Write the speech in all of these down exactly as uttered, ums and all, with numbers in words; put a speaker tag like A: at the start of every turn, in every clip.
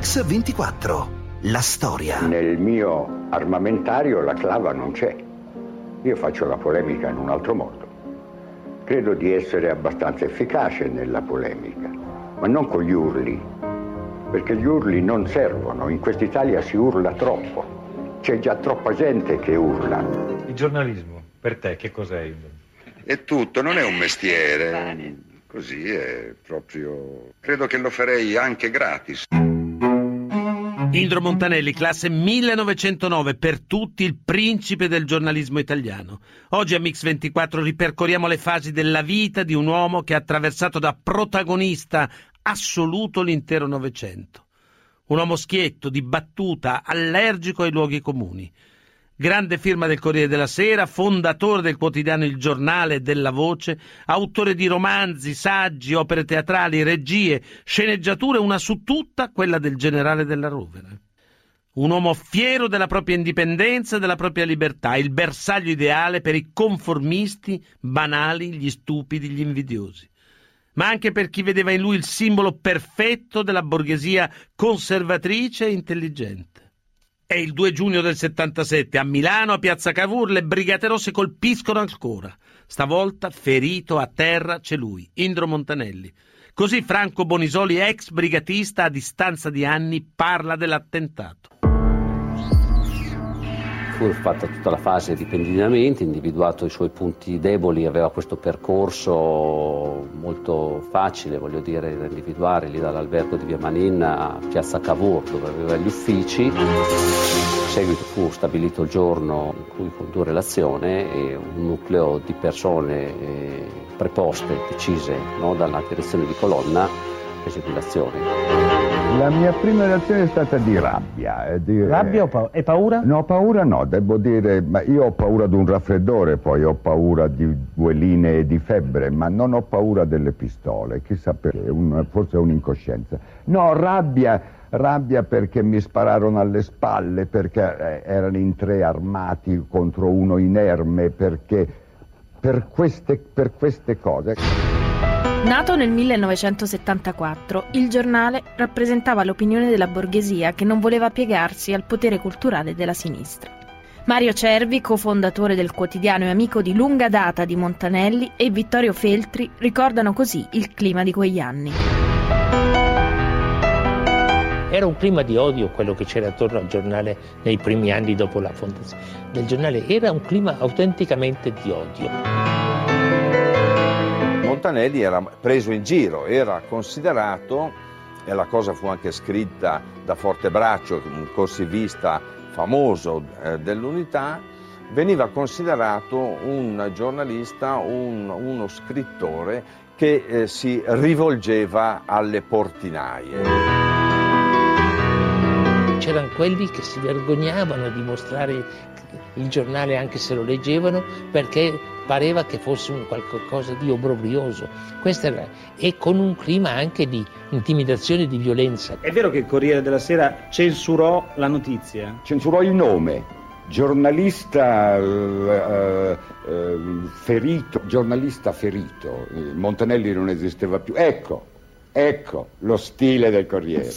A: Mix ventiquattro, la storia.
B: Nel mio armamentario la clava non c'è. Io faccio la polemica in un altro modo. Credo di essere abbastanza efficace nella polemica, ma non con gli urli, perché gli urli non servono. In quest'Italia si urla troppo. C'è già troppa gente che urla.
C: Il giornalismo, per te, che cos'è?
D: È tutto, non è un mestiere. Così è proprio... Credo che lo farei anche gratis.
E: Indro Montanelli, classe millenovecentonove, per tutti il principe del giornalismo italiano. Oggi a Mix ventiquattro ripercorriamo le fasi della vita di un uomo che ha attraversato da protagonista assoluto l'intero Novecento. Un uomo schietto, di battuta, allergico ai luoghi comuni. Grande firma del Corriere della Sera, fondatore del quotidiano Il Giornale e della Voce, autore di romanzi, saggi, opere teatrali, regie, sceneggiature, una su tutta quella del Generale della Rovere. Un uomo fiero della propria indipendenza e della propria libertà, il bersaglio ideale per i conformisti, banali, gli stupidi, gli invidiosi. Ma anche per chi vedeva in lui il simbolo perfetto della borghesia conservatrice e intelligente. È il due giugno del settantasette, a Milano, a Piazza Cavour, le Brigate Rosse colpiscono ancora. Stavolta, ferito a terra, c'è lui, Indro Montanelli. Così Franco Bonisoli, ex brigatista, a distanza di anni, parla dell'attentato.
F: Fu fatta tutta la fase di pendinamento, individuato i suoi punti deboli, aveva questo percorso molto facile, voglio dire, da individuare lì dall'albergo di Via Manin a Piazza Cavour, dove aveva gli uffici. In seguito fu stabilito il giorno in cui condurre l'azione e un nucleo di persone eh, preposte, decise, no, dalla direzione di colonna, eseguì l'azione.
B: La mia prima reazione è stata di rabbia. eh, di-
G: Rabbia o pa- e paura?
B: No, paura no, devo dire, ma io ho paura di un raffreddore, poi ho paura di due linee di febbre, ma non ho paura delle pistole, chissà perché, un- forse è un'incoscienza. No, rabbia, rabbia perché mi spararono alle spalle, perché eh, erano in tre armati contro uno inerme, perché per queste, per queste cose...
H: Nato nel millenovecentosettantaquattro, il giornale rappresentava l'opinione della borghesia che non voleva piegarsi al potere culturale della sinistra. Mario Cervi, cofondatore del quotidiano e amico di lunga data di Montanelli, e Vittorio Feltri ricordano così il clima di quegli anni.
G: Era un clima di odio quello che c'era attorno al giornale nei primi anni dopo la fondazione del giornale, era un clima autenticamente di odio.
I: Montanelli era preso in giro, era considerato, e la cosa fu anche scritta da Fortebraccio, un corsivista famoso eh, dell'Unità, veniva considerato un giornalista, un, uno scrittore che eh, si rivolgeva alle portinaie.
G: C'erano quelli che si vergognavano di mostrare il giornale anche se lo leggevano perché pareva che fosse un qualcosa di obbrobrioso. Questo era, e con un clima anche di intimidazione e di violenza.
J: È vero che il Corriere della Sera censurò la notizia?
B: Censurò il nome, giornalista eh, eh, ferito, giornalista ferito, Montanelli non esisteva più. Ecco, ecco lo stile del Corriere.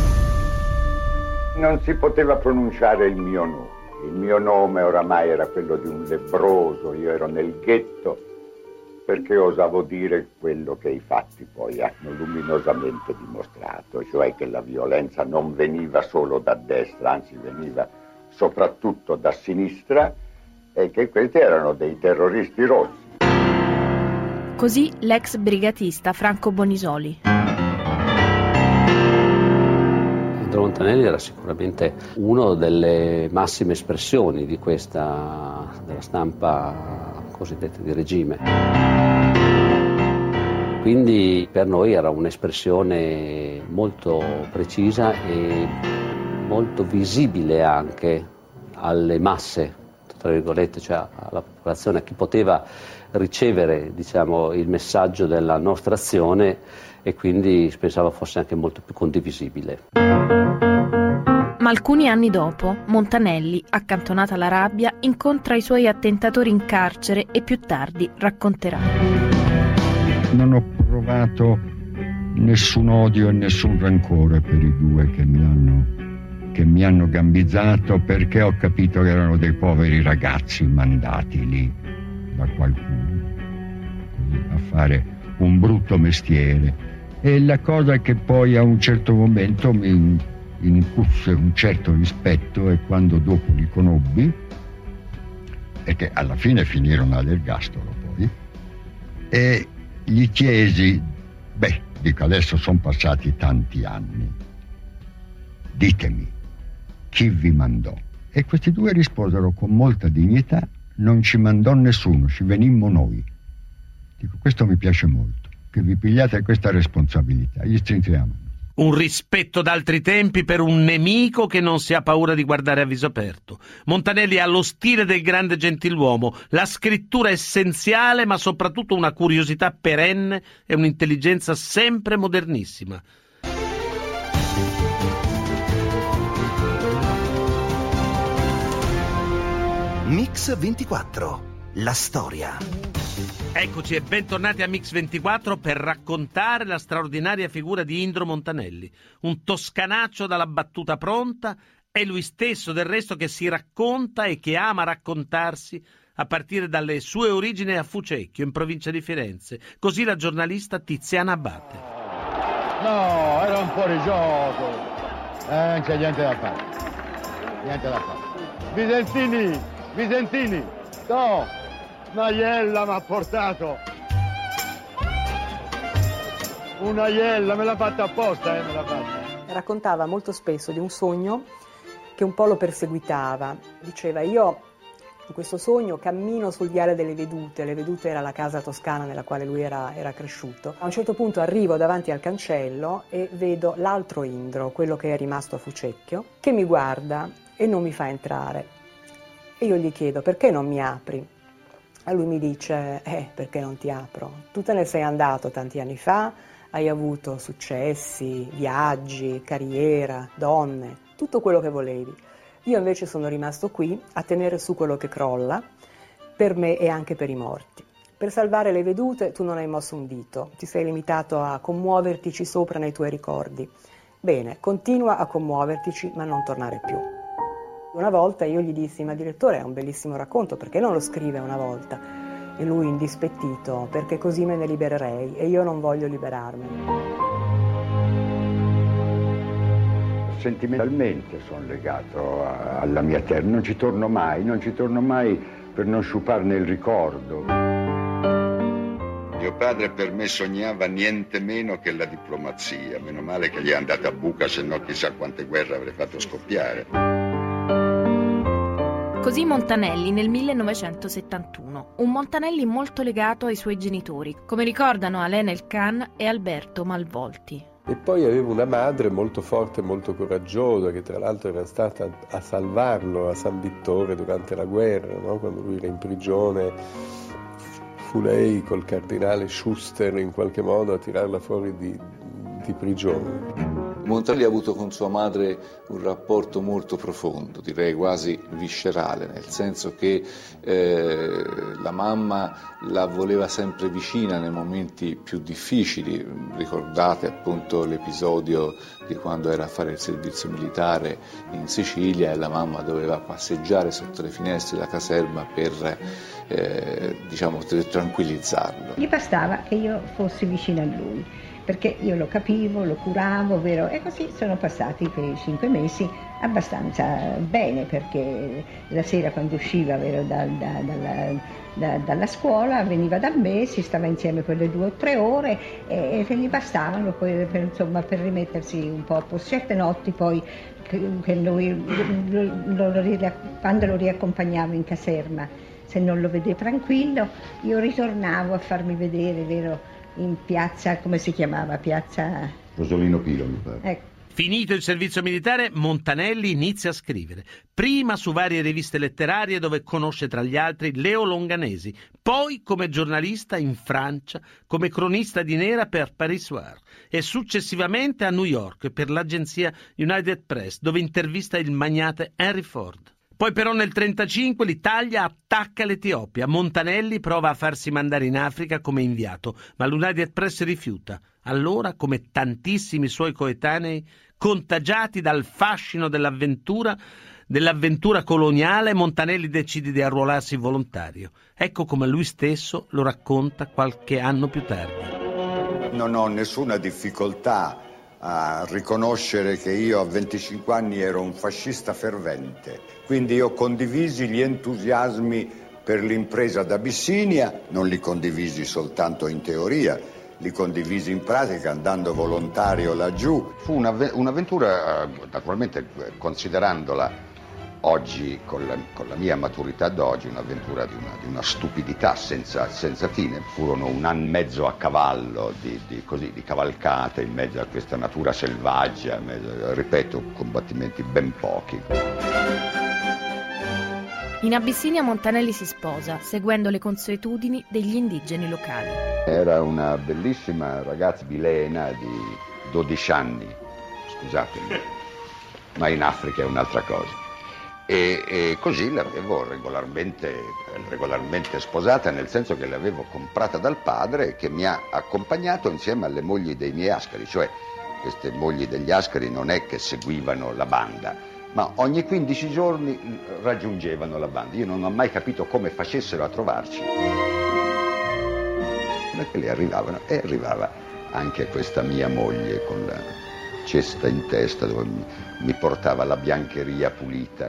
B: Non si poteva pronunciare il mio nome. Il mio nome oramai era quello di un lebbroso, io ero nel ghetto perché osavo dire quello che i fatti poi hanno luminosamente dimostrato, cioè che la violenza non veniva solo da destra, anzi veniva soprattutto da sinistra e che questi erano dei terroristi rossi.
H: Così l'ex brigatista Franco Bonisoli.
F: Montanelli era sicuramente una delle massime espressioni di questa, della stampa cosiddetta di regime. Quindi per noi era un'espressione molto precisa e molto visibile anche alle masse, tra virgolette, cioè alla popolazione, a chi poteva ricevere, diciamo, il messaggio della nostra azione e quindi pensavo fosse anche molto più condivisibile.
H: Ma alcuni anni dopo, Montanelli, accantonata la rabbia, incontra i suoi attentatori in carcere e più tardi racconterà.
B: Non ho provato
K: nessun odio e nessun rancore per i due che mi hanno, che mi hanno gambizzato, perché ho capito che erano dei poveri ragazzi mandati lì da qualcuno così, a fare un brutto mestiere. E la cosa che poi a un certo momento mi incusse un certo rispetto è quando dopo li conobbi, e che alla fine finirono all'ergastolo poi, e gli chiesi, beh, dico, adesso sono passati tanti anni, ditemi, chi vi mandò? E questi due risposero con molta dignità, non ci mandò nessuno, ci venimmo noi. Dico, questo mi piace molto, che vi pigliate questa responsabilità, gli stringiamo.
E: Un rispetto d'altri tempi per un nemico che non si ha paura di guardare a viso aperto. Montanelli ha lo stile del grande gentiluomo, la scrittura essenziale, ma soprattutto una curiosità perenne e un'intelligenza sempre modernissima.
A: Mix ventiquattro, la storia.
E: Eccoci e bentornati a Mix ventiquattro per raccontare la straordinaria figura di Indro Montanelli, un toscanaccio dalla battuta pronta, è lui stesso del resto che si racconta e che ama raccontarsi a partire dalle sue origini a Fucecchio, in provincia di Firenze. Così la giornalista Tiziana Abate.
L: No, era un fuori gioco, eh, non c'è niente da fare, niente da fare. Visentini, Visentini, no! Un'aiella mi ha portato, un'aiella, me l'ha fatta apposta, eh, me l'ha fatta.
M: Raccontava molto spesso di un sogno che un po' lo perseguitava. Diceva, io in questo sogno cammino sul viale delle Vedute, le Vedute era la casa toscana nella quale lui era, era cresciuto. A un certo punto arrivo davanti al cancello e vedo l'altro Indro, quello che è rimasto a Fucecchio, che mi guarda e non mi fa entrare. E io gli chiedo, perché non mi apri? E lui mi dice, eh, perché non ti apro? Tu te ne sei andato tanti anni fa, hai avuto successi, viaggi, carriera, donne, tutto quello che volevi. Io invece sono rimasto qui a tenere su quello che crolla, per me e anche per i morti. Per salvare le Vedute tu non hai mosso un dito, ti sei limitato a commuovertici sopra nei tuoi ricordi. Bene, continua a commuovertici, ma non tornare più. Una volta io gli dissi, ma direttore, è un bellissimo racconto, perché non lo scrive una volta? E lui indispettito, perché così me ne libererei e io non voglio liberarmene.
B: Sentimentalmente sono legato a, alla mia terra, non ci torno mai, non ci torno mai per non sciuparne il ricordo.
D: Mio padre per me sognava niente meno che la diplomazia, meno male che gli è andata a buca, se no chissà quante guerre avrei fatto scoppiare.
H: Così Montanelli nel millenovecentosettantuno, un Montanelli molto legato ai suoi genitori, come ricordano Alain Elkann e Alberto Malvolti.
N: E poi aveva una madre molto forte e molto coraggiosa, che tra l'altro era stata a salvarlo a San Vittore durante la guerra, no? Quando lui era in prigione, fu lei col cardinale Schuster in qualche modo a tirarla fuori di, di prigione.
O: Montanelli ha avuto con sua madre un rapporto molto profondo, direi quasi viscerale, nel senso che eh, la mamma la voleva sempre vicina nei momenti più difficili. Ricordate appunto l'episodio di quando era a fare il servizio militare in Sicilia e la mamma doveva passeggiare sotto le finestre della caserma per eh, diciamo tranquillizzarlo.
P: Gli bastava che io fossi vicina a lui, perché io lo capivo, lo curavo, vero? E così sono passati quei cinque mesi abbastanza bene, perché la sera quando usciva, vero, da, da, dalla, da, dalla scuola veniva da me, si stava insieme quelle due o tre ore e, e gli bastavano poi per, insomma, per rimettersi un po' a posto. Certe notti poi che, che lui, lo, lo, lo, quando lo riaccompagnavo in caserma, se non lo vedevo tranquillo, io ritornavo a farmi vedere, vero, in piazza, come si chiamava? Piazza
B: Rosolino Pilo, mi pare.
P: Ecco.
E: Finito il servizio militare, Montanelli inizia a scrivere. Prima su varie riviste letterarie dove conosce tra gli altri Leo Longanesi, poi come giornalista in Francia, come cronista di nera per Paris Soir e successivamente a New York per l'agenzia United Press, dove intervista il magnate Henry Ford. Poi però nel trentacinque l'Italia attacca l'Etiopia. Montanelli prova a farsi mandare in Africa come inviato, ma l'United Press rifiuta. Allora, come tantissimi suoi coetanei, contagiati dal fascino dell'avventura, dell'avventura coloniale, Montanelli decide di arruolarsi volontario. Ecco come lui stesso lo racconta qualche anno più tardi.
D: Non ho nessuna difficoltà a riconoscere che io a venticinque anni ero un fascista fervente, quindi io condivisi gli entusiasmi per l'impresa d'Abissinia, non li condivisi soltanto in teoria, li condivisi in pratica andando volontario laggiù.
B: Fu un'avventura, naturalmente considerandola oggi, con la, con la mia maturità d'oggi, un'avventura di una, di una stupidità senza, senza fine. Furono un anno e mezzo a cavallo, di, di, così, di cavalcate in mezzo a questa natura selvaggia, mezzo, ripeto, combattimenti ben pochi.
H: In Abissinia Montanelli si sposa, seguendo le consuetudini degli indigeni locali.
B: Era una bellissima ragazza bilena di dodici anni, scusatemi, ma in Africa è un'altra cosa. E, e così l'avevo regolarmente, regolarmente sposata, nel senso che l'avevo comprata dal padre, che mi ha accompagnato insieme alle mogli dei miei ascari. Cioè, queste mogli degli ascari non è che seguivano la banda, ma ogni quindici giorni raggiungevano la banda. Io non ho mai capito come facessero a trovarci, perché le arrivavano, e arrivava anche questa mia moglie con la cesta in testa, dove mi, mi portava la biancheria pulita.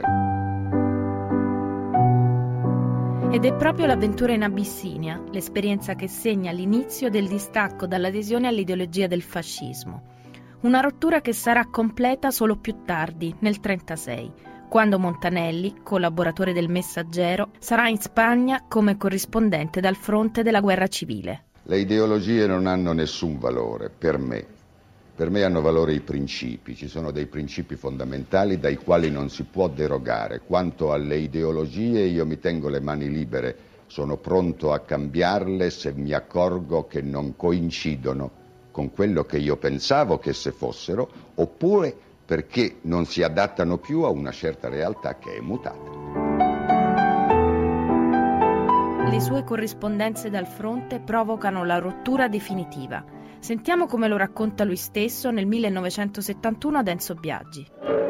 H: Ed è proprio l'avventura in Abissinia l'esperienza che segna l'inizio del distacco dall'adesione all'ideologia del fascismo. Una rottura che sarà completa solo più tardi, nel trentasei, quando Montanelli, collaboratore del Messaggero, sarà in Spagna come corrispondente dal fronte della guerra civile.
B: Le ideologie non hanno nessun valore per me. Per me hanno valore i principi, ci sono dei principi fondamentali dai quali non si può derogare. Quanto alle ideologie io mi tengo le mani libere, sono pronto a cambiarle se mi accorgo che non coincidono con quello che io pensavo che se fossero, oppure perché non si adattano più a una certa realtà che è mutata.
H: Le sue corrispondenze dal fronte provocano la rottura definitiva. Sentiamo come lo racconta lui stesso nel millenovecentosettantuno ad Enzo Biagi.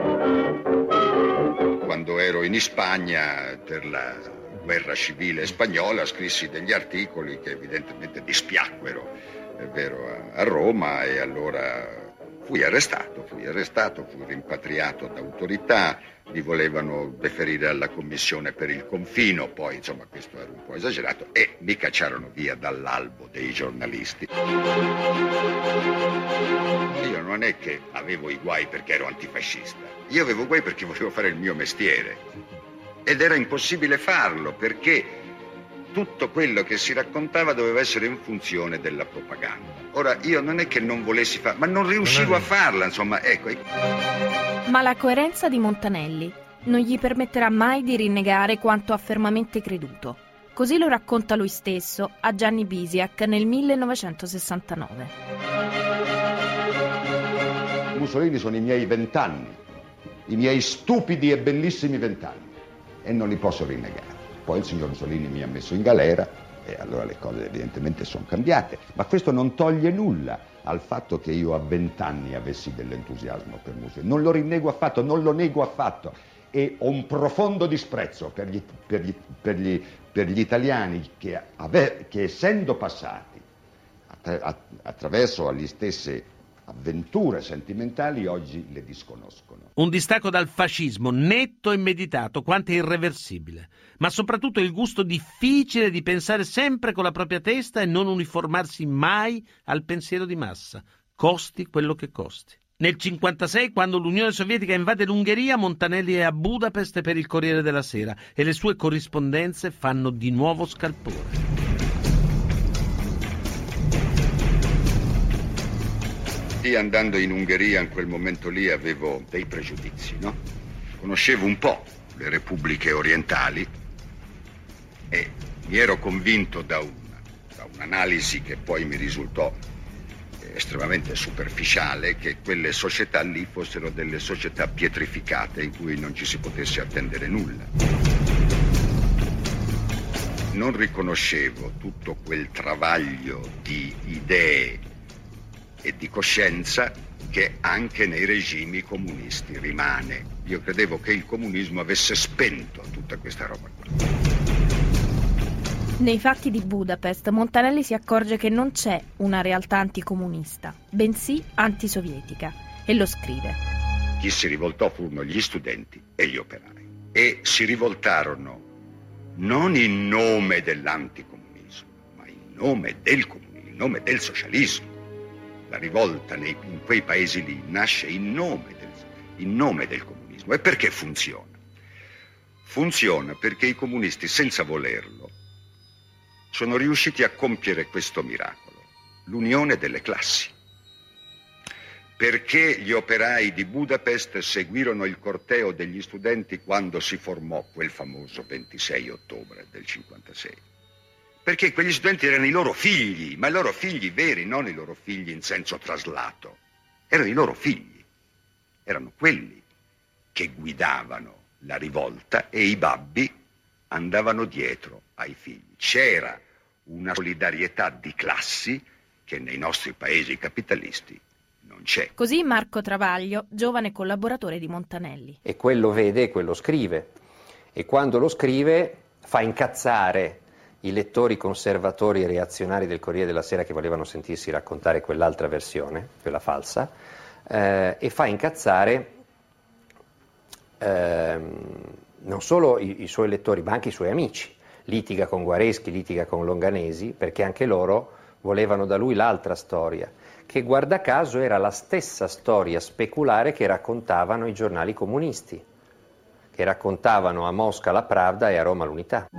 D: Quando ero in Spagna per la guerra civile spagnola scrissi degli articoli che evidentemente dispiacquero, è vero, a Roma, e allora fui arrestato, fui arrestato, fui rimpatriato da autorità, mi volevano deferire alla commissione per il confino, poi insomma questo era un po' esagerato, e mi cacciarono via dall'albo dei giornalisti. Io non è che avevo i guai perché ero antifascista, io avevo guai perché volevo fare il mio mestiere, ed era impossibile farlo perché tutto quello che si raccontava doveva essere in funzione della propaganda. Ora, io non è che non volessi farla, ma non riuscivo a farla, insomma, ecco.
H: Ma la coerenza di Montanelli non gli permetterà mai di rinnegare quanto ha fermamente creduto. Così lo racconta lui stesso a Gianni Bisiak nel millenovecentosessantanove.
B: Mussolini sono i miei vent'anni, i miei stupidi e bellissimi vent'anni, e non li posso rinnegare. Poi il signor Mussolini mi ha messo in galera e allora le cose evidentemente sono cambiate, ma questo non toglie nulla al fatto che io a vent'anni avessi dell'entusiasmo per Mussolini. Non lo rinnego affatto, non lo nego affatto, e ho un profondo disprezzo per gli, per gli, per gli, per gli italiani che, ave, che essendo passati attra, attraverso agli stesse avventure sentimentali oggi le disconoscono.
E: Un distacco dal fascismo netto e meditato quanto irreversibile, ma soprattutto il gusto difficile di pensare sempre con la propria testa e non uniformarsi mai al pensiero di massa, costi quello che costi. Nel cinquantasei, quando l'Unione Sovietica invade l'Ungheria, Montanelli è a Budapest per il Corriere della Sera e le sue corrispondenze fanno di nuovo scalpore.
D: Io andando in Ungheria in quel momento lì avevo dei pregiudizi, no? Conoscevo un po' le repubbliche orientali e mi ero convinto da, una, da un'analisi che poi mi risultò eh, estremamente superficiale che quelle società lì fossero delle società pietrificate in cui non ci si potesse attendere nulla. Non riconoscevo tutto quel travaglio di idee e di coscienza che anche nei regimi comunisti rimane. Io credevo che il comunismo avesse spento tutta questa roba qua.
H: Nei fatti di Budapest, Montanelli si accorge che non c'è una realtà anticomunista, bensì antisovietica, e lo scrive.
D: Chi si rivoltò furono gli studenti e gli operai. E si rivoltarono non in nome dell'anticomunismo, ma in nome del comunismo, in nome del socialismo. La rivolta nei, in quei paesi lì nasce in nome, del, in nome del comunismo. E perché funziona? Funziona perché i comunisti, senza volerlo, sono riusciti a compiere questo miracolo, l'unione delle classi. Perché gli operai di Budapest seguirono il corteo degli studenti quando si formò quel famoso ventisei ottobre del cinquantasei? Perché quegli studenti erano i loro figli, ma i loro figli veri, non i loro figli in senso traslato. Erano i loro figli, erano quelli che guidavano la rivolta e i babbi andavano dietro ai figli. C'era una solidarietà di classi che nei nostri paesi capitalisti non c'è.
H: Così Marco Travaglio, giovane collaboratore di Montanelli.
Q: E quello vede e quello scrive. E quando lo scrive fa incazzare i lettori conservatori e reazionari del Corriere della Sera che volevano sentirsi raccontare quell'altra versione, quella falsa, eh, e fa incazzare eh, non solo i, i suoi lettori, ma anche i suoi amici. Litiga con Guareschi, litiga con Longanesi, perché anche loro volevano da lui l'altra storia, che guarda caso era la stessa storia speculare che raccontavano i giornali comunisti, che raccontavano a Mosca la Pravda e a Roma l'Unità.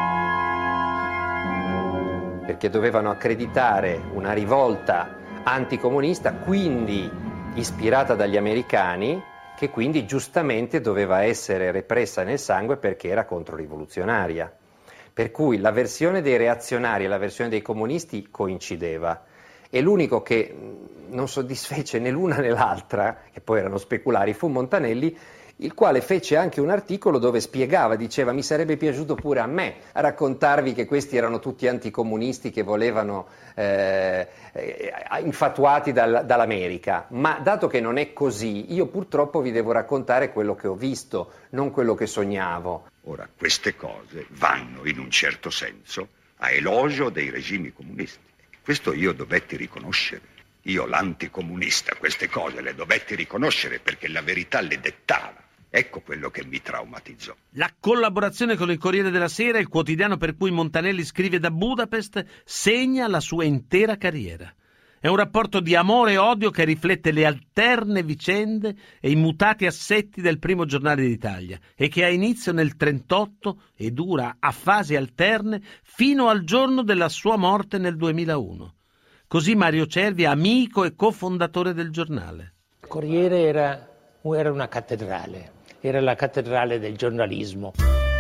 Q: Perché dovevano accreditare una rivolta anticomunista, quindi ispirata dagli americani, che quindi giustamente doveva essere repressa nel sangue perché era controrivoluzionaria. Per cui la versione dei reazionari e la versione dei comunisti coincideva. E l'unico che non soddisfece né l'una né l'altra, che poi erano speculari, fu Montanelli, il quale fece anche un articolo dove spiegava, diceva: mi sarebbe piaciuto pure a me raccontarvi che questi erano tutti anticomunisti che volevano eh, infatuati dal, dall'America, ma dato che non è così, io purtroppo vi devo raccontare quello che ho visto, non quello che sognavo.
D: Ora, queste cose vanno in un certo senso a elogio dei regimi comunisti. Questo io dovetti riconoscere. Io, l'anticomunista, queste cose le dovetti riconoscere perché la verità le dettava. Ecco quello che mi traumatizzò.
E: La collaborazione con il Corriere della Sera, il quotidiano per cui Montanelli scrive da Budapest, segna la sua intera carriera. È un rapporto di amore e odio che riflette le alterne vicende e i mutati assetti del primo giornale d'Italia e che ha inizio nel trentotto e dura a fasi alterne fino al giorno della sua morte nel duemilauno. Così Mario Cervi, amico e cofondatore del giornale.
G: Il Corriere era, era una cattedrale, era la cattedrale del giornalismo.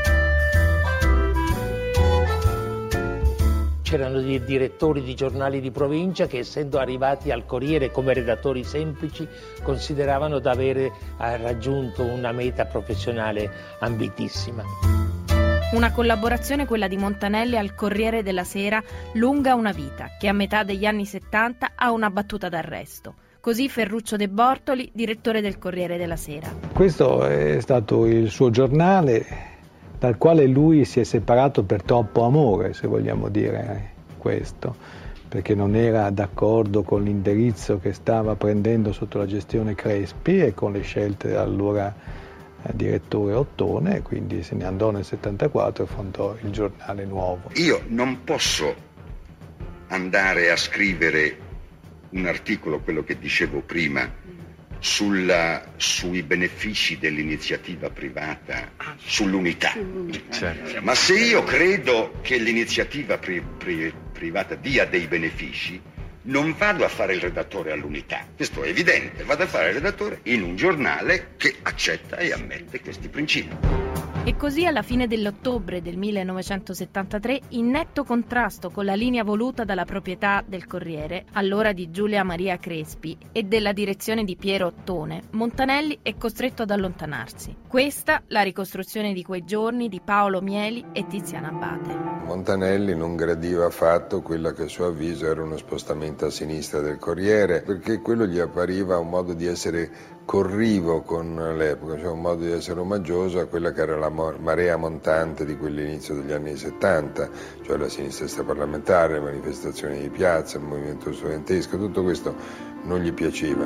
G: C'erano dei direttori di giornali di provincia che, essendo arrivati al Corriere come redattori semplici, consideravano di avere raggiunto una meta professionale ambitissima.
H: Una collaborazione, quella di Montanelli al Corriere della Sera, lunga una vita, che a metà degli anni settanta ha una battuta d'arresto. Così Ferruccio De Bortoli, direttore del Corriere della Sera.
R: Questo è stato il suo giornale, dal quale lui si è separato per troppo amore, se vogliamo dire questo, perché non era d'accordo con l'indirizzo che stava prendendo sotto la gestione Crespi e con le scelte dell'allora direttore Ottone, quindi se ne andò nel settantaquattro e fondò il Giornale Nuovo.
D: Io non posso andare a scrivere un articolo, quello che dicevo prima, Sulla, sui benefici dell'iniziativa privata, sull'unità. Certo. Ma se io credo che l'iniziativa pri, pri, privata dia dei benefici, non vado a fare il redattore all'unità. Questo è evidente, vado a fare il redattore in un giornale che accetta e ammette questi principi.
H: E così alla fine dell'ottobre del millenovecentosettantatré, in netto contrasto con la linea voluta dalla proprietà del Corriere, allora di Giulia Maria Crespi, e della direzione di Piero Ottone, Montanelli è costretto ad allontanarsi. Questa la ricostruzione di quei giorni di Paolo Mieli e Tiziana Abate.
S: Montanelli non gradiva affatto quella che a suo avviso era uno spostamento a sinistra del Corriere, perché quello gli appariva un modo di essere corrivo con l'epoca, cioè un modo di essere omaggioso a quella che era la marea montante di quell'inizio degli anni settanta, cioè la sinistra extraparlamentare, le manifestazioni di piazza, il movimento studentesco, tutto questo non gli piaceva.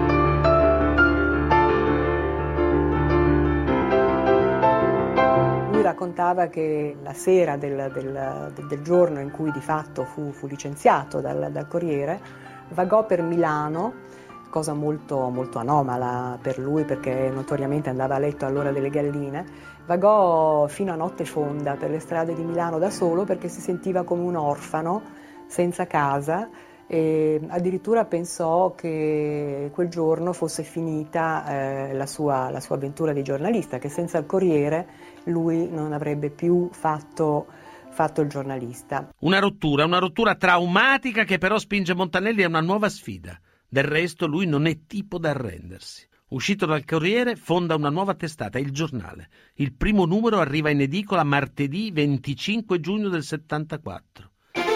M: Lui raccontava che la sera del, del, del giorno in cui di fatto fu, fu licenziato dal, dal Corriere, vagò per Milano, cosa molto, molto anomala per lui perché notoriamente andava a letto all'ora delle galline, vagò fino a notte fonda per le strade di Milano da solo perché si sentiva come un orfano senza casa e addirittura pensò che quel giorno fosse finita eh, la, sua, la sua avventura di giornalista, che senza il Corriere lui non avrebbe più fatto, fatto il giornalista.
E: Una rottura, una rottura traumatica che però spinge Montanelli a una nuova sfida. Del resto lui non è tipo da arrendersi. Uscito dal Corriere, fonda una nuova testata, Il Giornale. Il primo numero arriva in edicola martedì venticinque giugno del settantaquattro.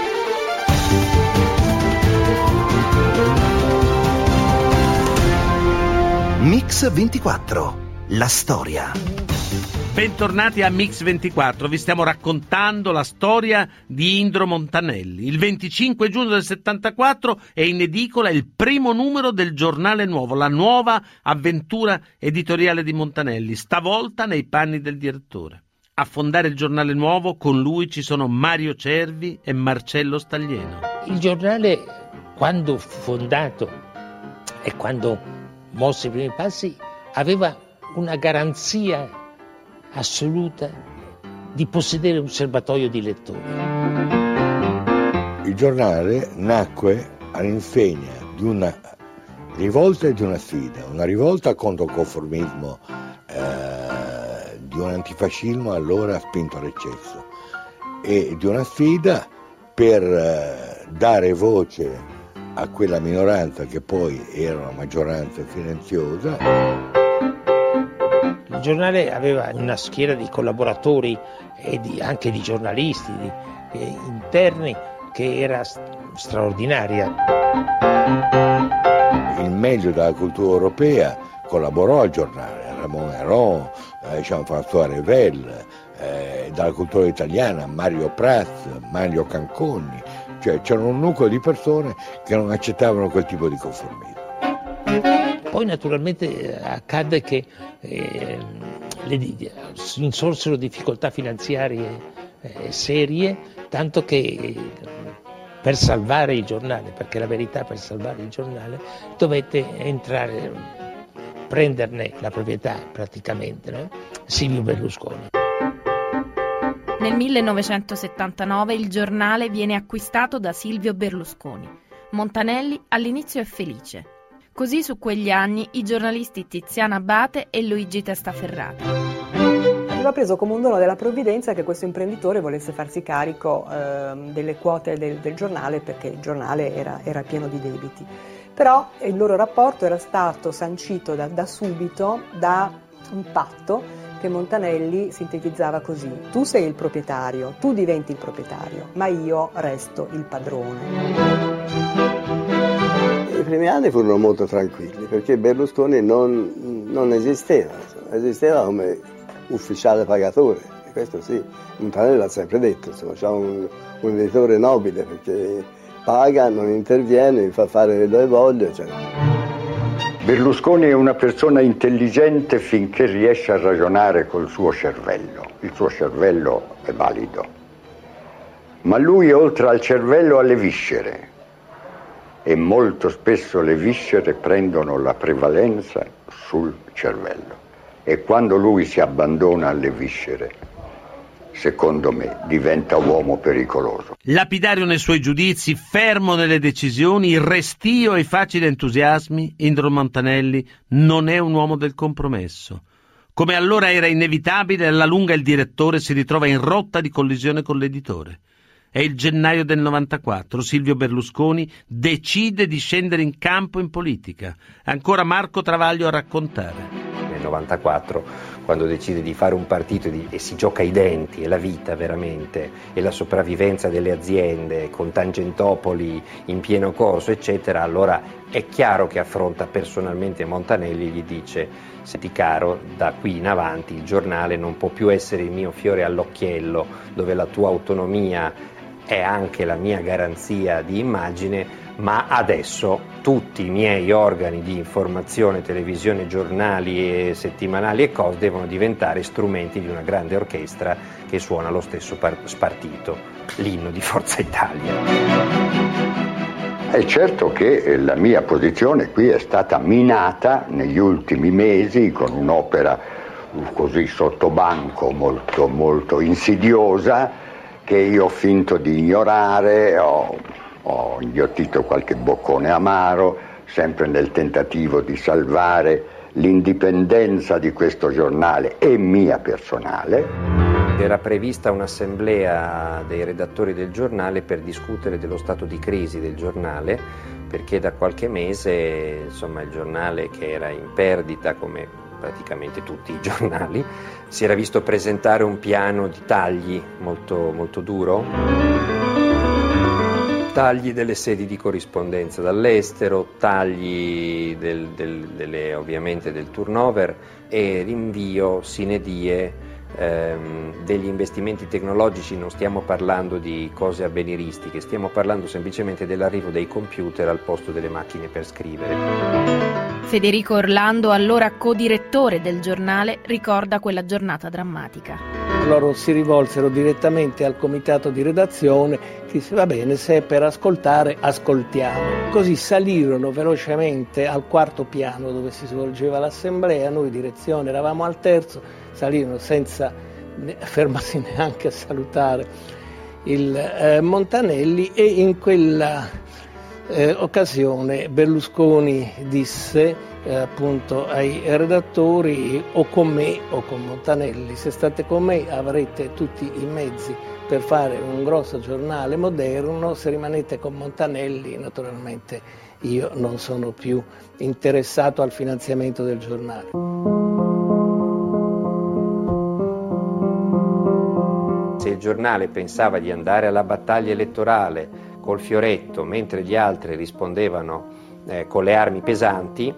A: Mix ventiquattro, la storia.
E: Bentornati a Mix ventiquattro, vi stiamo raccontando la storia di Indro Montanelli. Il venticinque giugno del settantaquattro è in edicola il primo numero del Giornale Nuovo, la nuova avventura editoriale di Montanelli, stavolta nei panni del direttore. A fondare il Giornale Nuovo con lui ci sono Mario Cervi e Marcello Staglieno.
G: Il giornale, quando fu fondato e quando mosse i primi passi, aveva una garanzia assoluta di possedere un serbatoio di lettori.
T: Il giornale nacque all'insegna di una rivolta e di una sfida, una rivolta contro il conformismo eh, di un antifascismo allora spinto all'eccesso e di una sfida per eh, dare voce a quella minoranza che poi era una maggioranza silenziosa.
G: Il giornale aveva una schiera di collaboratori e di, anche di giornalisti di, eh, interni che era straordinaria.
T: Il meglio della cultura europea collaborò al giornale, Ramon Aron, eh, Jean-François Revel, eh, dalla cultura italiana Mario Prats, Mario Canconi, cioè c'era un nucleo di persone che non accettavano quel tipo di conformismo.
G: Poi naturalmente accadde che eh, le, insorsero difficoltà finanziarie eh, serie, tanto che eh, per salvare il giornale, perché la verità per salvare il giornale, dovette entrare, prenderne la proprietà praticamente, no? Silvio Berlusconi.
H: Nel millenovecentosettantanove il giornale viene acquistato da Silvio Berlusconi. Montanelli all'inizio è felice. Così su quegli anni i giornalisti Tiziana Abate e Luigi Testaferrata.
M: Aveva preso come un dono della provvidenza che questo imprenditore volesse farsi carico eh, delle quote del, del giornale perché il giornale era, era pieno di debiti. Però il loro rapporto era stato sancito da, da subito da un patto che Montanelli sintetizzava così: tu sei il proprietario, tu diventi il proprietario, ma io resto il padrone.
U: I primi anni furono molto tranquilli perché Berlusconi non, non esisteva, insomma, esisteva come ufficiale pagatore, e questo sì, Montanelli l'ha sempre detto, insomma, c'è un, un editore nobile perché paga, non interviene, mi fa fare dove voglio. Cioè.
B: Berlusconi è una persona intelligente finché riesce a ragionare col suo cervello, il suo cervello è valido, ma lui oltre al cervello ha le viscere. E molto spesso le viscere prendono la prevalenza sul cervello e quando lui si abbandona alle viscere, secondo me, diventa uomo pericoloso.
E: Lapidario nei suoi giudizi, fermo nelle decisioni, restio ai facili entusiasmi, Indro Montanelli non è un uomo del compromesso. Come allora era inevitabile, alla lunga il direttore si ritrova in rotta di collisione con l'editore. È il gennaio del novantaquattro, Silvio Berlusconi decide di scendere in campo in politica. Ancora Marco Travaglio a raccontare.
Q: Nel novantaquattro, quando decide di fare un partito e, di, e si gioca i denti e la vita veramente e la sopravvivenza delle aziende con Tangentopoli in pieno corso eccetera, allora è chiaro che affronta personalmente Montanelli e gli dice: senti caro, da qui in avanti il giornale non può più essere il mio fiore all'occhiello dove la tua autonomia è anche la mia garanzia di immagine, ma adesso tutti i miei organi di informazione, televisione, giornali e settimanali e cose devono diventare strumenti di una grande orchestra che suona lo stesso par- spartito, l'inno di Forza Italia.
B: È certo che la mia posizione qui è stata minata negli ultimi mesi con un'opera così sottobanco molto, molto insidiosa che io ho finto di ignorare, ho, ho inghiottito qualche boccone amaro, sempre nel tentativo di salvare l'indipendenza di questo giornale e mia personale.
Q: Era prevista un'assemblea dei redattori del giornale per discutere dello stato di crisi del giornale, perché da qualche mese, insomma, il giornale, che era in perdita come praticamente tutti i giornali, si era visto presentare un piano di tagli molto, molto duro, tagli delle sedi di corrispondenza dall'estero, tagli del, del, delle, ovviamente del turnover e rinvio sine die ehm, degli investimenti tecnologici. Non stiamo parlando di cose avveniristiche, stiamo parlando semplicemente dell'arrivo dei computer al posto delle macchine per scrivere.
H: Federico Orlando, allora codirettore del giornale, ricorda quella giornata drammatica.
G: Loro si rivolsero direttamente al comitato di redazione, che disse: va bene, se è per ascoltare, ascoltiamo. Così salirono velocemente al quarto piano dove si svolgeva l'assemblea, noi direzione eravamo al terzo, salirono senza fermarsi neanche a salutare il eh, Montanelli, e in quella Eh, occasione Berlusconi disse eh, appunto ai redattori: o con me o con Montanelli, se state con me avrete tutti i mezzi per fare un grosso giornale moderno, se rimanete con Montanelli naturalmente io non sono più interessato al finanziamento del giornale.
Q: Se il giornale pensava di andare alla battaglia elettorale col fioretto, mentre gli altri rispondevano eh, con le armi pesanti,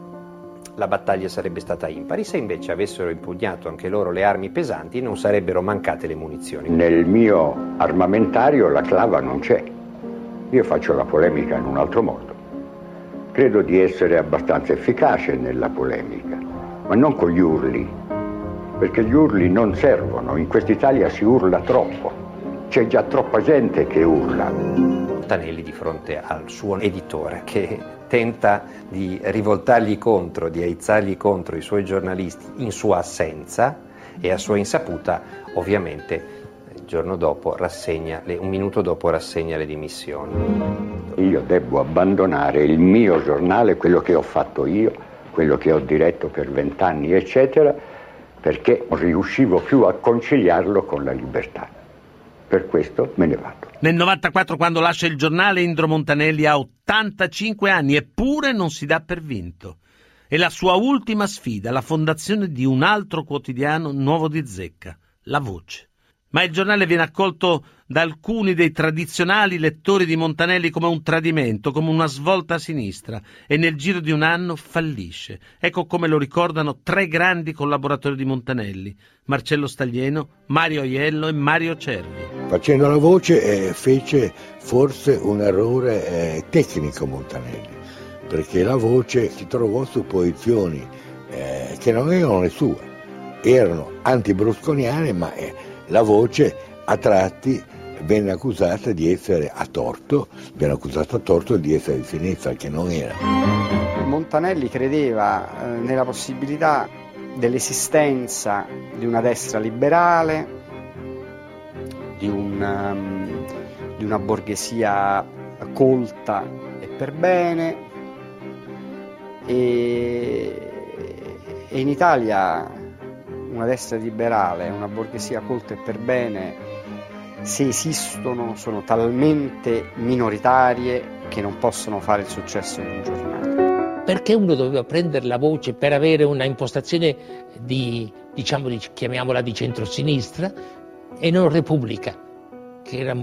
Q: la battaglia sarebbe stata impari. Se invece avessero impugnato anche loro le armi pesanti, non sarebbero mancate le munizioni.
B: Nel mio armamentario la clava non c'è. Io faccio la polemica in un altro modo. Credo di essere abbastanza efficace nella polemica, ma non con gli urli, perché gli urli non servono. In quest'Italia si urla troppo. C'è già troppa gente che urla.
Q: Montanelli, di fronte al suo editore che tenta di rivoltargli contro, di aizzargli contro i suoi giornalisti in sua assenza e a sua insaputa, ovviamente il giorno dopo rassegna, le, un minuto dopo rassegna le dimissioni.
B: Io devo abbandonare il mio giornale, quello che ho fatto io, quello che ho diretto per vent'anni, eccetera, perché non riuscivo più a conciliarlo con la libertà. Per questo me ne vado.
E: Nel novantaquattro, quando lascia il giornale, Indro Montanelli ha ottantacinque anni, eppure non si dà per vinto. È la sua ultima sfida, la fondazione di un altro quotidiano nuovo di zecca, La Voce. Ma il giornale viene accolto da alcuni dei tradizionali lettori di Montanelli come un tradimento, come una svolta a sinistra, e nel giro di un anno fallisce. Ecco come lo ricordano tre grandi collaboratori di Montanelli: Marcello Staglieno, Mario Aiello e Mario Cervi.
T: Facendo La Voce eh, fece forse un errore eh, tecnico Montanelli, perché La Voce si trovò su posizioni eh, che non erano le sue, erano anti-brusconiane, ma eh, La Voce a tratti venne accusata di essere a torto, venne accusata a torto di essere di sinistra, che non era.
C: Montanelli credeva eh, nella possibilità dell'esistenza di una destra liberale, di, un, um, di una borghesia colta e per bene, e, e in Italia una destra liberale e una borghesia colta e per bene, se esistono, sono talmente minoritarie che non possono fare il successo di un giornale.
G: Perché uno doveva prendere la voce per avere una impostazione di, diciamo, di, chiamiamola di centrosinistra e non Repubblica, che era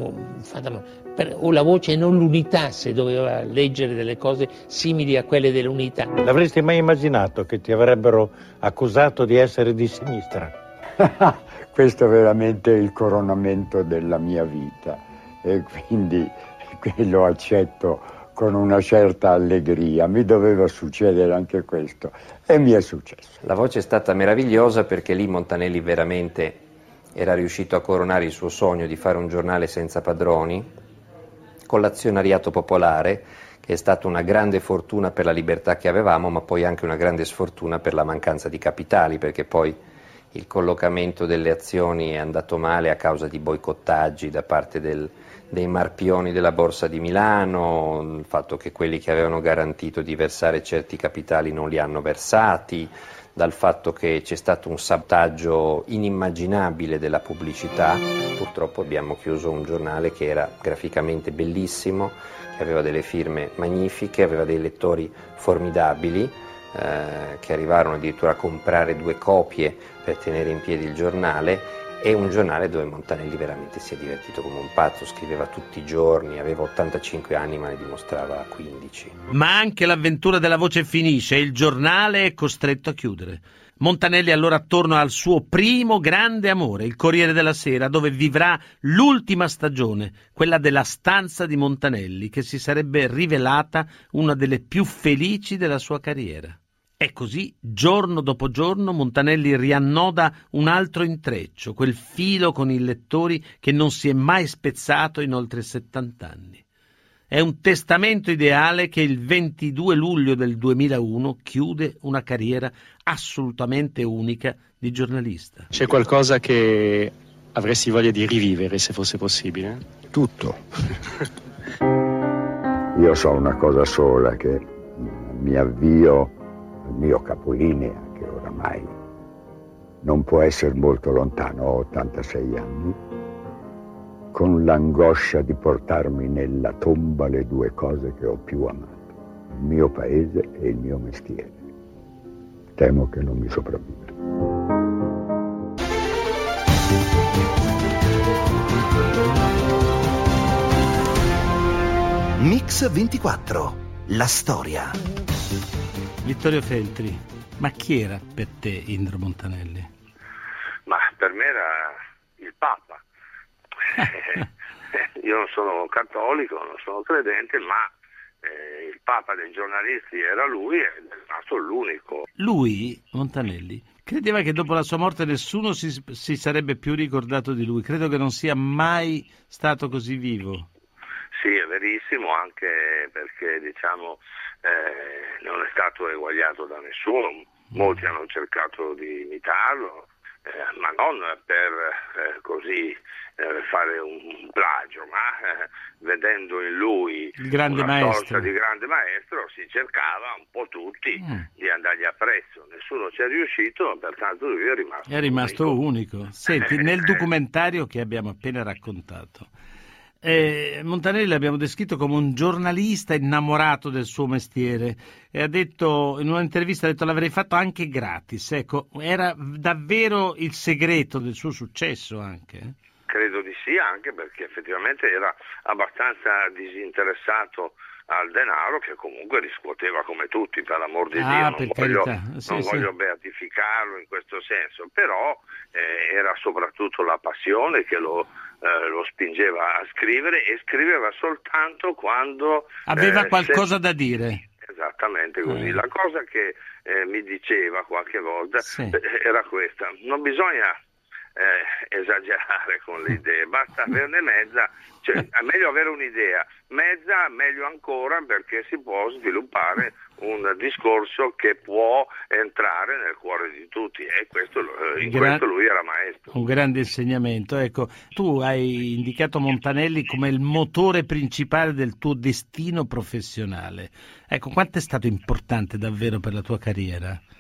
G: per, o la voce e non l'unità, se doveva leggere delle cose simili a quelle dell'unità.
I: L'avresti mai immaginato che ti avrebbero accusato di essere di sinistra?
K: Questo è veramente il coronamento della mia vita e quindi lo accetto con una certa allegria. Mi doveva succedere anche questo e mi è successo.
Q: La voce è stata meravigliosa perché lì Montanelli veramente era riuscito a coronare il suo sogno di fare un giornale senza padroni, con l'azionariato popolare, che è stata una grande fortuna per la libertà che avevamo, ma poi anche una grande sfortuna per la mancanza di capitali, perché poi il collocamento delle azioni è andato male a causa di boicottaggi da parte del, dei marpioni della Borsa di Milano, il fatto che quelli che avevano garantito di versare certi capitali non li hanno versati, dal fatto che c'è stato un sabotaggio inimmaginabile della pubblicità. Purtroppo abbiamo chiuso un giornale che era graficamente bellissimo, che aveva delle firme magnifiche, aveva dei lettori formidabili, eh, che arrivarono addirittura a comprare due copie per tenere in piedi il giornale, e un giornale dove Montanelli veramente si è divertito come un pazzo, scriveva tutti i giorni, aveva ottantacinque anni ma ne dimostrava quindici.
E: Ma anche l'avventura della voce finisce e il giornale è costretto a chiudere. Montanelli allora torna al suo primo grande amore, il Corriere della Sera, dove vivrà l'ultima stagione, quella della stanza di Montanelli, che si sarebbe rivelata una delle più felici della sua carriera. E così, giorno dopo giorno, Montanelli riannoda un altro intreccio, quel filo con i lettori che non si è mai spezzato in oltre settanta anni. È un testamento ideale che il ventidue luglio del duemilauno chiude una carriera assolutamente unica di giornalista.
V: C'è qualcosa che avresti voglia di rivivere, se fosse possibile?
K: Tutto. Io so una cosa sola, che mi avvio al mio capolinea, che oramai non può essere molto lontano, ho ottantasei anni, con l'angoscia di portarmi nella tomba le due cose che ho più amato, il mio paese e il mio mestiere. Temo che non mi sopravvivrà.
A: Mix ventiquattro, la storia.
E: Vittorio Feltri, ma chi era per te Indro Montanelli?
W: Ma per me era il Papa. Io non sono cattolico, non sono credente, ma eh, il Papa dei giornalisti era lui ed è stato l'unico.
E: Lui, Montanelli, credeva che dopo la sua morte nessuno si, si sarebbe più ricordato di lui. Credo che non sia mai stato così vivo.
W: Sì, è verissimo, anche perché diciamo eh, non è stato eguagliato da nessuno. Molti hanno cercato di imitarlo, eh, ma non per eh, così eh, fare un plagio, ma eh, vedendo in lui
E: il grande
W: una
E: maestro.
W: sorta di grande maestro, si cercava un po' tutti mm. di andargli appresso. Nessuno ci è riuscito, pertanto lui è rimasto
E: È rimasto unico. unico. Senti, nel
W: Eh.
E: documentario che abbiamo appena raccontato, Eh, Montanelli l'abbiamo descritto come un giornalista innamorato del suo mestiere e ha detto in un'intervista, ha detto l'avrei fatto anche gratis. Ecco, era davvero il segreto del suo successo anche?
W: Credo di sì, anche perché effettivamente era abbastanza disinteressato al denaro, che comunque riscuoteva come tutti, per l'amor di
E: Ah,
W: Dio,
E: per
W: non voglio,
E: carità. Sì,
W: non
E: sì.
W: voglio beatificarlo in questo senso, però eh, era soprattutto la passione che lo, eh, lo spingeva a scrivere, e scriveva soltanto quando
E: Aveva
W: eh,
E: qualcosa
W: se...
E: da dire.
W: Esattamente così.
E: Eh.
W: La cosa che eh, mi diceva qualche volta
E: Sì.
W: eh, era questa: non bisogna eh, esagerare con le idee, basta averne mezza, cioè è meglio avere un'idea, mezza meglio ancora, perché si può sviluppare un discorso che può entrare nel cuore di tutti, e questo, in
E: Gra-
W: questo lui era maestro.
E: Un grande insegnamento. Ecco, tu hai indicato Montanelli come il motore principale del tuo destino professionale. Ecco, quanto è stato importante davvero per la tua carriera?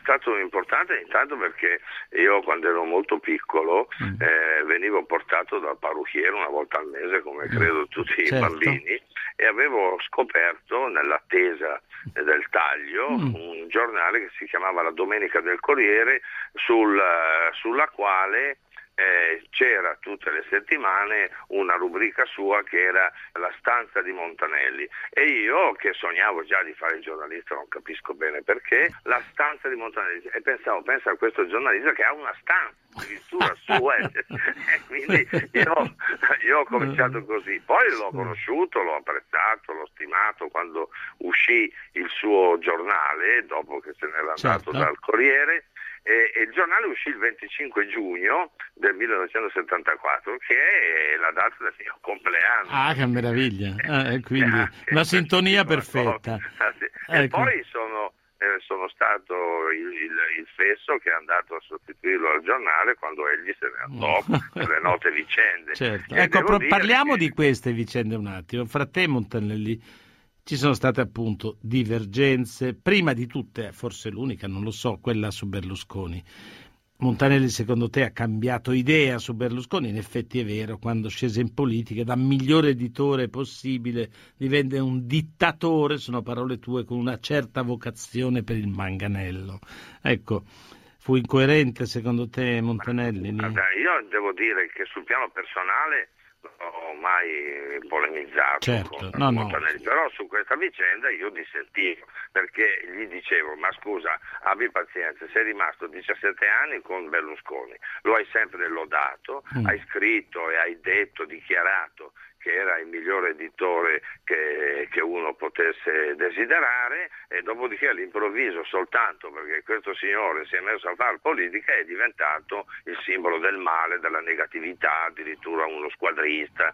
W: stato importante intanto perché io quando ero molto piccolo mm. eh, venivo portato dal parrucchiere una volta al mese, come credo tutti certo. i bambini, e avevo scoperto nell'attesa del taglio mm. un giornale che si chiamava La Domenica del Corriere, sul, sulla quale Eh, c'era tutte le settimane una rubrica sua che era La stanza di Montanelli, e io che sognavo già di fare il giornalista, non capisco bene perché, La stanza di Montanelli, e pensavo, pensa a questo giornalista che ha una stanza addirittura sua, e quindi io, io ho cominciato così, poi l'ho conosciuto, l'ho apprezzato, l'ho stimato quando uscì il suo giornale dopo che se n'era andato certo. dal Corriere. E, e il giornale uscì il venticinque giugno del millenovecentosettantaquattro, che è la data del mio compleanno.
E: Ah, che meraviglia! Eh, quindi una sintonia perfetta.
W: Sì. E ecco. poi sono, eh, sono stato il, il, il fesso che è andato a sostituirlo al giornale quando egli se ne andò per le note vicende.
E: Certo. Ecco, pro- parliamo che... di queste vicende un attimo. Fra te, Montanelli, ci sono state appunto divergenze, prima di tutte, forse l'unica, non lo so, quella su Berlusconi. Montanelli, secondo te, ha cambiato idea su Berlusconi? In effetti è vero, quando scese in politica, da migliore editore possibile, divenne un dittatore, sono parole tue, con una certa vocazione per il manganello. Ecco, fu incoerente secondo te Montanelli?
W: Guarda, io devo dire che sul piano personale non ho mai polemizzato
E: certo,
W: con
E: no,
W: Montanelli,
E: no.
W: però su questa vicenda io dissentivo, perché gli dicevo, ma scusa, abbi pazienza, sei rimasto diciassette anni con Berlusconi, lo hai sempre lodato, mm. hai scritto e hai detto, dichiarato che era il migliore editore che, che uno potesse desiderare, e dopodiché all'improvviso, soltanto perché questo signore si è messo a fare politica, è diventato il simbolo del male, della negatività, addirittura uno squadrista.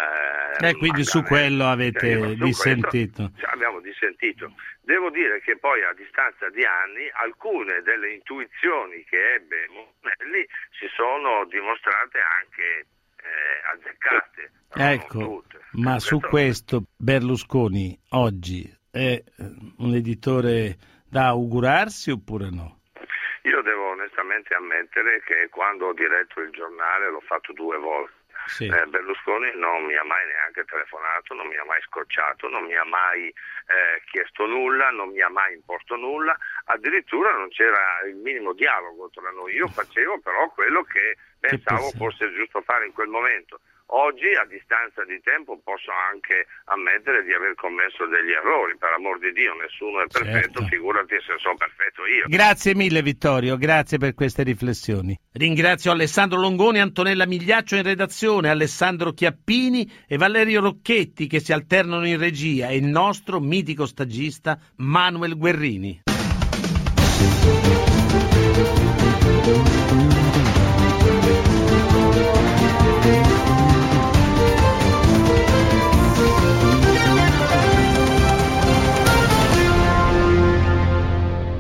E: Eh, eh quindi su quello avete cioè, dissentito.
W: Questo, cioè, abbiamo dissentito. Devo dire che poi a distanza di anni alcune delle intuizioni che ebbe Montanelli si sono dimostrate anche eh, azzeccate.
E: Ecco, ma su questo Berlusconi oggi è un editore da augurarsi oppure no?
W: Io devo onestamente ammettere che quando ho diretto il giornale l'ho fatto due volte. Sì. Eh, Berlusconi non mi ha mai neanche telefonato, non mi ha mai scocciato, non mi ha mai eh, chiesto nulla, non mi ha mai imposto nulla, addirittura non c'era il minimo dialogo tra noi. Io facevo però quello che pensavo che fosse giusto fare in quel momento. Oggi, a distanza di tempo, posso anche ammettere di aver commesso degli errori, per amor di Dio, nessuno è perfetto, certo. Figurati se sono perfetto io.
E: Grazie mille Vittorio, grazie per queste riflessioni. Ringrazio Alessandro Longoni, Antonella Migliaccio in redazione, Alessandro Chiappini e Valerio Rocchetti che si alternano in regia, e il nostro mitico stagista Manuel Guerrini.